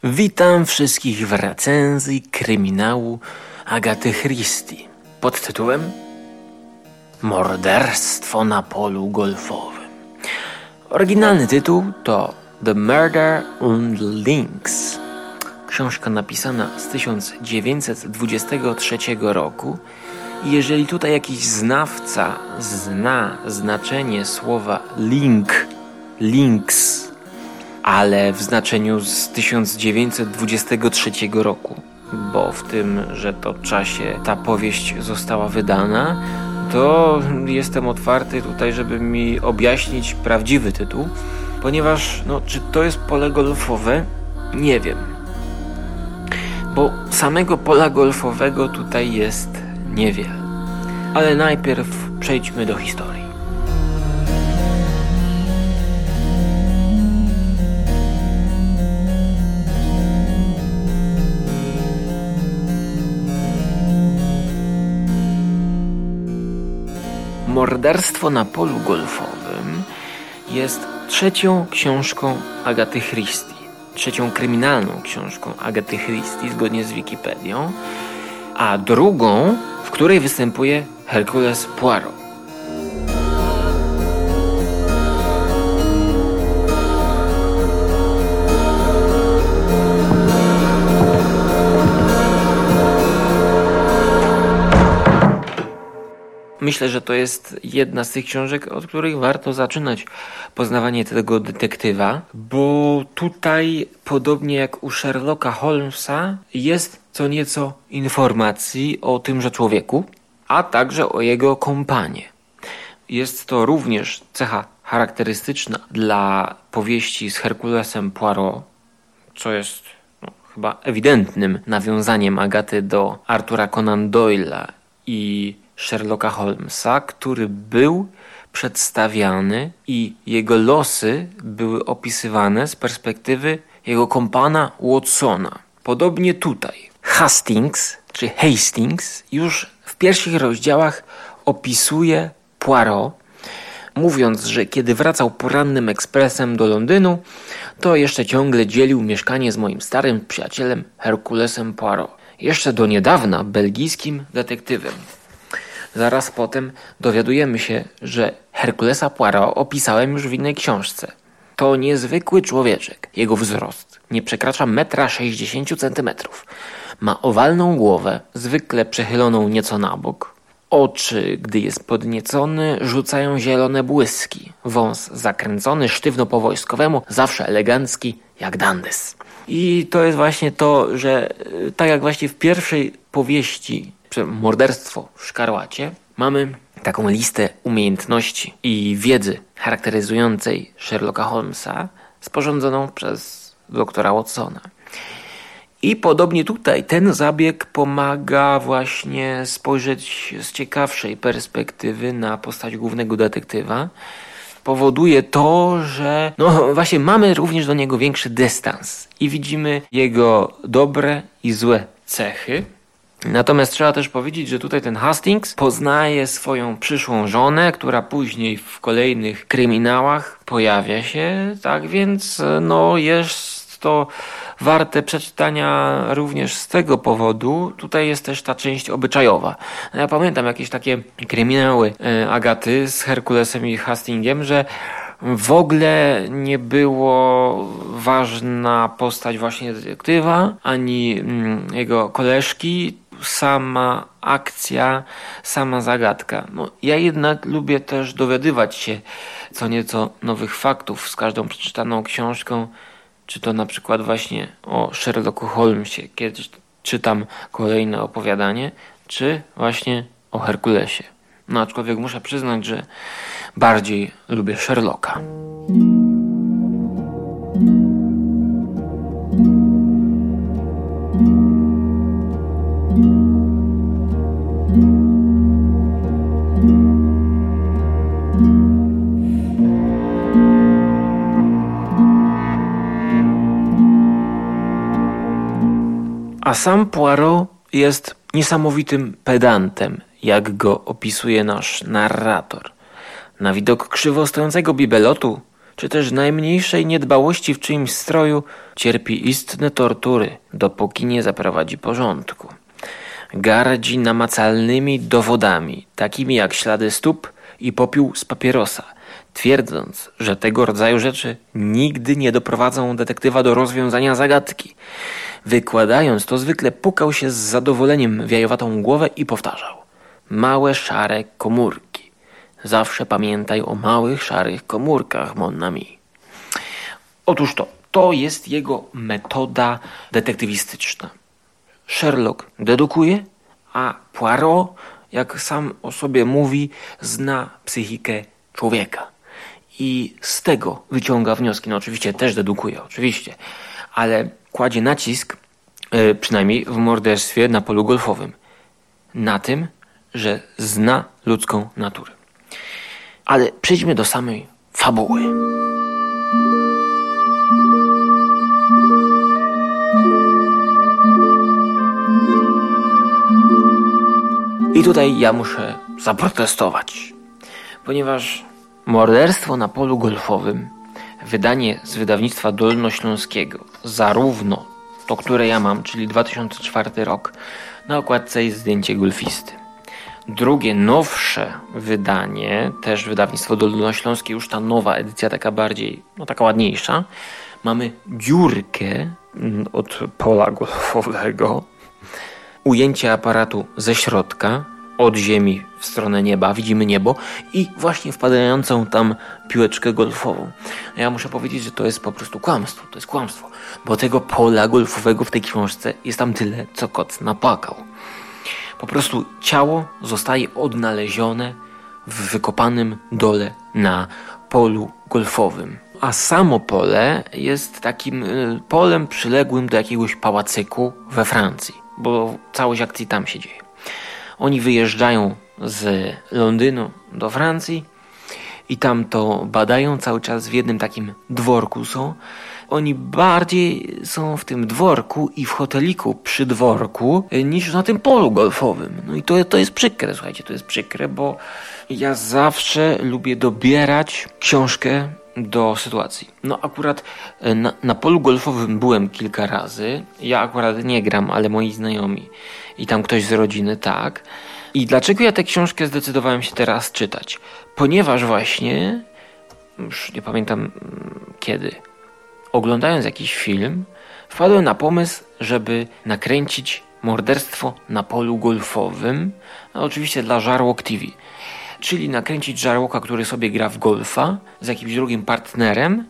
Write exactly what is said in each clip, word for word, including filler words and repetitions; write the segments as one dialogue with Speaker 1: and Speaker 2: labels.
Speaker 1: Witam wszystkich w recenzji kryminału Agaty Christie pod tytułem Morderstwo na polu golfowym. Oryginalny tytuł to The Murder on the Links. Książka napisana z tysiąc dziewięćset dwudziestego trzeciego roku. I jeżeli tutaj jakiś znawca zna znaczenie słowa link, links, ale w znaczeniu z tysiąc dziewięćset dwudziestego trzeciego roku, bo w tym, że to czasie ta powieść została wydana, to jestem otwarty tutaj, żeby mi objaśnić prawdziwy tytuł, ponieważ no, czy to jest pole golfowe? Nie wiem. Bo samego pola golfowego tutaj jest niewiele. Ale najpierw przejdźmy do historii. Morderstwo na polu golfowym jest trzecią książką Agaty Christie. Trzecią kryminalną książką Agaty Christie zgodnie z Wikipedią, a drugą, w której występuje Hercule Poirot. Myślę, że to jest jedna z tych książek, od których warto zaczynać poznawanie tego detektywa, bo tutaj, podobnie jak u Sherlocka Holmesa, jest co nieco informacji o tymże człowieku, a także o jego kompanie. Jest to również cecha charakterystyczna dla powieści z Herculesem Poirot, co jest no, chyba ewidentnym nawiązaniem Agaty do Artura Conan Doyle'a i Sherlocka Holmesa, który był przedstawiany i jego losy były opisywane z perspektywy jego kompana Watsona. Podobnie tutaj. Hastings, czy Hastings, już w pierwszych rozdziałach opisuje Poirot, mówiąc, że kiedy wracał porannym ekspresem do Londynu, to jeszcze ciągle dzielił mieszkanie z moim starym przyjacielem Herculesem Poirot, jeszcze do niedawna belgijskim detektywem. Zaraz potem dowiadujemy się, że Herculesa Poirot opisałem już w innej książce. To niezwykły człowieczek. Jego wzrost nie przekracza metra sześćdziesięciu centymetrów. Ma owalną głowę, zwykle przechyloną nieco na bok. Oczy, gdy jest podniecony, rzucają zielone błyski. Wąs zakręcony, sztywno po wojskowemu, zawsze elegancki, jak dandys. I to jest właśnie to, że tak jak właśnie w pierwszej powieści Morderstwo w Szkarłacie, mamy taką listę umiejętności i wiedzy charakteryzującej Sherlocka Holmesa sporządzoną przez doktora Watsona. I podobnie tutaj ten zabieg pomaga właśnie spojrzeć z ciekawszej perspektywy na postać głównego detektywa. Powoduje to, że no właśnie mamy również do niego większy dystans i widzimy jego dobre i złe cechy. Natomiast trzeba też powiedzieć, że tutaj ten Hastings poznaje swoją przyszłą żonę, która później w kolejnych kryminałach pojawia się, tak więc no jest to warte przeczytania również z tego powodu. Tutaj jest też ta część obyczajowa. Ja pamiętam jakieś takie kryminały Agaty z Herculesem i Hastingiem, że w ogóle nie było ważna postać właśnie detektywa, ani mm, jego koleżki, sama akcja, sama zagadka. No, ja jednak lubię też dowiadywać się co nieco nowych faktów z każdą przeczytaną książką, czy to na przykład właśnie o Sherlocku Holmesie, kiedy czytam kolejne opowiadanie, czy właśnie o Herkulesie. No aczkolwiek muszę przyznać, że bardziej lubię Sherlocka. A sam Poirot jest niesamowitym pedantem, jak go opisuje nasz narrator. Na widok krzywo stojącego bibelotu czy też najmniejszej niedbałości w czyimś stroju, cierpi istne tortury, dopóki nie zaprowadzi porządku. Gardzi namacalnymi dowodami, takimi jak ślady stóp i popiół z papierosa, twierdząc, że tego rodzaju rzeczy nigdy nie doprowadzą detektywa do rozwiązania zagadki. Wykładając to, zwykle pukał się z zadowoleniem w jajowatą głowę i powtarzał: małe szare komórki. Zawsze pamiętaj o małych szarych komórkach, mon ami. Otóż to, to jest jego metoda detektywistyczna. Sherlock dedukuje, a Poirot, jak sam o sobie mówi, zna psychikę człowieka. I z tego wyciąga wnioski. No oczywiście też dedukuje, oczywiście, ale kładzie nacisk, yy, przynajmniej w morderstwie na polu golfowym, na tym, że zna ludzką naturę. Ale przejdźmy do samej fabuły. I tutaj ja muszę zaprotestować, ponieważ morderstwo na polu golfowym, wydanie z wydawnictwa dolnośląskiego, zarówno to, które ja mam, czyli dwa tysiące czwarty rok, na okładce jest zdjęcie golfisty. Drugie, nowsze wydanie, też wydawnictwo dolnośląskie, już ta nowa edycja, taka bardziej, no taka ładniejsza, mamy dziurkę od pola golfowego, ujęcie aparatu ze środka, od ziemi w stronę nieba, widzimy niebo i właśnie wpadającą tam piłeczkę golfową. Ja muszę powiedzieć, że to jest po prostu kłamstwo, to jest kłamstwo, bo tego pola golfowego w tej książce jest tam tyle, co kot napłakał. Po prostu ciało zostaje odnalezione w wykopanym dole na polu golfowym. A samo pole jest takim polem przyległym do jakiegoś pałacyku we Francji, bo całość akcji tam się dzieje. Oni wyjeżdżają z Londynu do Francji i tam to badają, cały czas w jednym takim dworku są. Oni bardziej są w tym dworku i w hoteliku przy dworku niż na tym polu golfowym. No i to, to jest przykre, słuchajcie, to jest przykre, bo ja zawsze lubię dobierać książkę do sytuacji. No akurat na, na polu golfowym byłem kilka razy. Ja akurat nie gram, ale moi znajomi i tam ktoś z rodziny tak. I dlaczego ja tę książkę zdecydowałem się teraz czytać? Ponieważ właśnie, już nie pamiętam kiedy, oglądając jakiś film, wpadłem na pomysł, żeby nakręcić morderstwo na polu golfowym, no oczywiście dla Żarłok T V. Czyli nakręcić Żarłoka, który sobie gra w golfa z jakimś drugim partnerem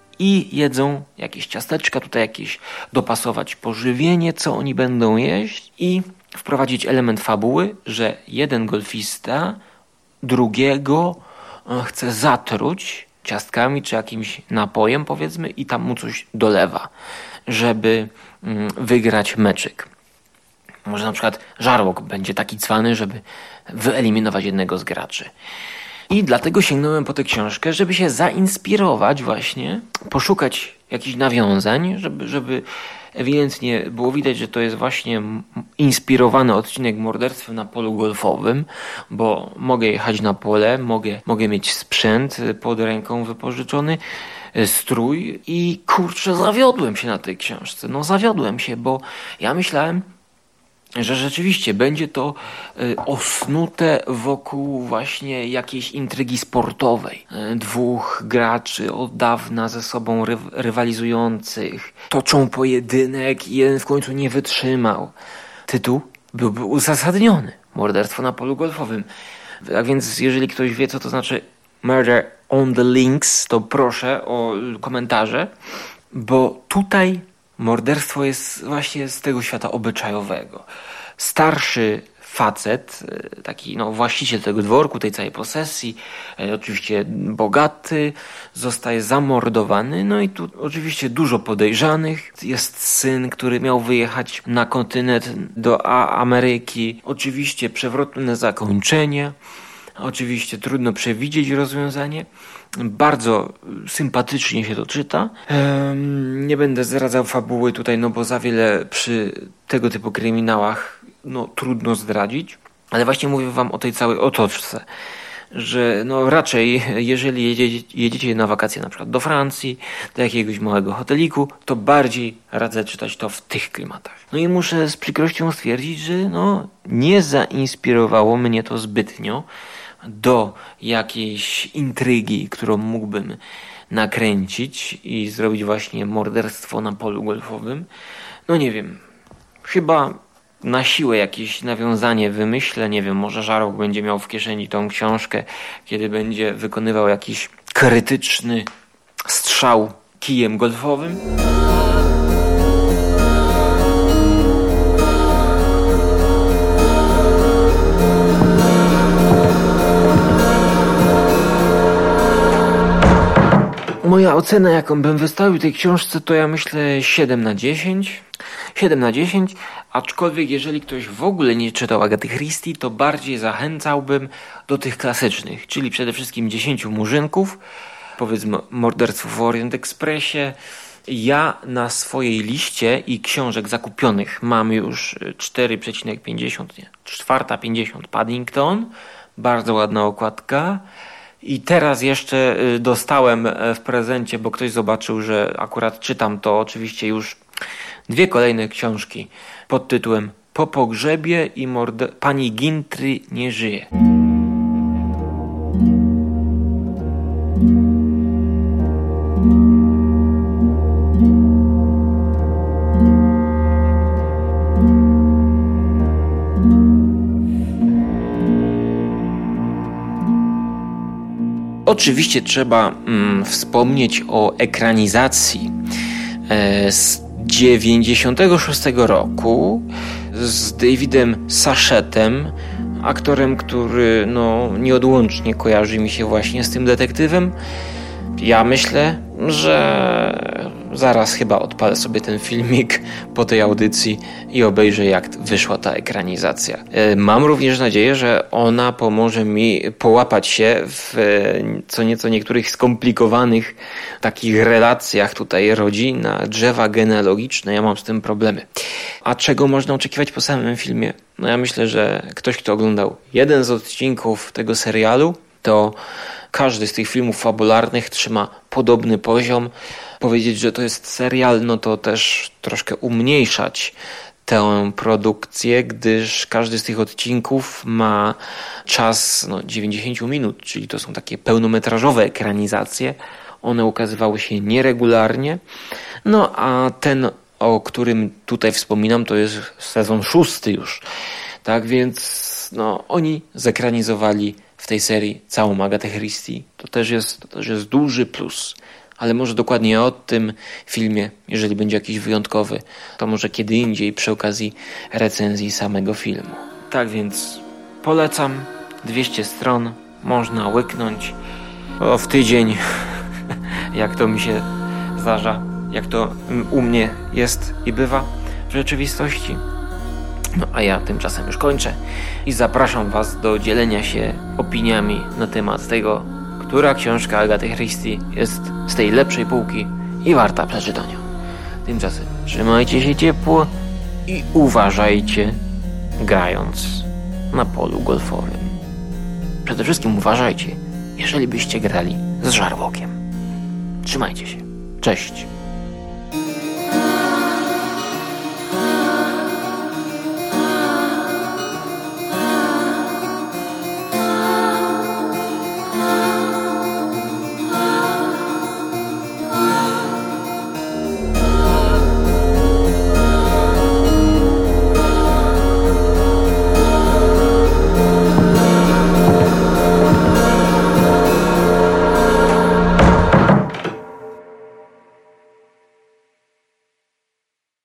Speaker 1: i jedzą jakieś ciasteczka, tutaj jakieś dopasować pożywienie, co oni będą jeść i wprowadzić element fabuły, że jeden golfista drugiego chce zatruć ciastkami czy jakimś napojem, powiedzmy, i tam mu coś dolewa, żeby wygrać meczyk. Może na przykład Żarłok będzie taki cwany, żeby wyeliminować jednego z graczy. I dlatego sięgnąłem po tę książkę, żeby się zainspirować właśnie, poszukać jakichś nawiązań, żeby, żeby ewidentnie było widać, że to jest właśnie inspirowany odcinek morderstwa na polu golfowym, bo mogę jechać na pole, mogę, mogę mieć sprzęt pod ręką wypożyczony, strój i kurczę, zawiodłem się na tej książce. No zawiodłem się, bo ja myślałem, że rzeczywiście będzie to y, osnute wokół właśnie jakiejś intrygi sportowej. Y, dwóch graczy od dawna ze sobą ry- rywalizujących toczą pojedynek i jeden w końcu nie wytrzymał. Tytuł byłby uzasadniony. Morderstwo na polu golfowym. Tak więc jeżeli ktoś wie, co to znaczy Murder on the Links, to proszę o komentarze, bo tutaj morderstwo jest właśnie z tego świata obyczajowego. Starszy facet, taki no, właściciel tego dworku, tej całej posesji, e, oczywiście bogaty, zostaje zamordowany. No i tu oczywiście dużo podejrzanych. Jest syn, który miał wyjechać na kontynent do A- Ameryki. Oczywiście przewrotne zakończenie. Oczywiście trudno przewidzieć rozwiązanie. Bardzo sympatycznie się to czyta. Ehm, nie będę zdradzał fabuły tutaj, no bo za wiele przy tego typu kryminałach no, trudno zdradzić. Ale właśnie mówię wam o tej całej otoczce. że no raczej jeżeli jedziecie, jedziecie na wakacje na przykład do Francji, do jakiegoś małego hoteliku, to bardziej radzę czytać to w tych klimatach. No i muszę z przykrością stwierdzić, że no nie zainspirowało mnie to zbytnio do jakiejś intrygi, którą mógłbym nakręcić i zrobić właśnie morderstwo na polu golfowym. No nie wiem, chyba na siłę jakieś nawiązanie wymyślę, nie wiem, może Żarłok będzie miał w kieszeni tą książkę, kiedy będzie wykonywał jakiś krytyczny strzał kijem golfowym. Moja ocena, jaką bym wystawił tej książce, to ja myślę siedem na dziesięć. siedem na dziesięć, aczkolwiek jeżeli ktoś w ogóle nie czytał Agaty Christie, to bardziej zachęcałbym do tych klasycznych, czyli przede wszystkim dziesięciu murzynków, powiedzmy morderstwo w Orient Expressie. Ja na swojej liście i książek zakupionych mam już cztery przecinek pięćdziesiąt, nie, czwarta pięćdziesiąt Paddington, bardzo ładna okładka. I teraz jeszcze dostałem w prezencie, bo ktoś zobaczył, że akurat czytam to, oczywiście już dwie kolejne książki pod tytułem Po pogrzebie i morde... Pani Gintry nie żyje. Oczywiście trzeba mm, wspomnieć o ekranizacji e, z dziewięćdziesiątego szóstego roku z Davidem Sachettem, aktorem, który no, nieodłącznie kojarzy mi się właśnie z tym detektywem. Ja myślę, że zaraz chyba odpalę sobie ten filmik po tej audycji i obejrzę, jak wyszła ta ekranizacja. Mam również nadzieję, że ona pomoże mi połapać się w co nieco niektórych skomplikowanych takich relacjach tutaj rodzina, drzewa genealogiczne. Ja mam z tym problemy. A czego można oczekiwać po samym filmie? No ja myślę, że ktoś, kto oglądał jeden z odcinków tego serialu, to każdy z tych filmów fabularnych trzyma podobny poziom. Powiedzieć, że to jest serial, no to też troszkę umniejszać tę produkcję, gdyż każdy z tych odcinków ma czas no, dziewięćdziesiąt minut, czyli to są takie pełnometrażowe ekranizacje. One ukazywały się nieregularnie. No a ten, o którym tutaj wspominam, to jest sezon szósty już. Tak więc no, oni zekranizowali w tej serii całą Agatę Christie. To też jest, to też jest duży plus. Ale może dokładnie o tym filmie, jeżeli będzie jakiś wyjątkowy, to może kiedy indziej przy okazji recenzji samego filmu. Tak więc polecam. dwieście stron można łyknąć o, w tydzień, jak to mi się zdarza, jak to u mnie jest i bywa w rzeczywistości. No a ja tymczasem już kończę i zapraszam Was do dzielenia się opiniami na temat tego, która książka Agaty Christie jest z tej lepszej półki i warta przeczytania. Tymczasem trzymajcie się ciepło i uważajcie, grając na polu golfowym. Przede wszystkim uważajcie, jeżeli byście grali z Żarłokiem. Trzymajcie się. Cześć.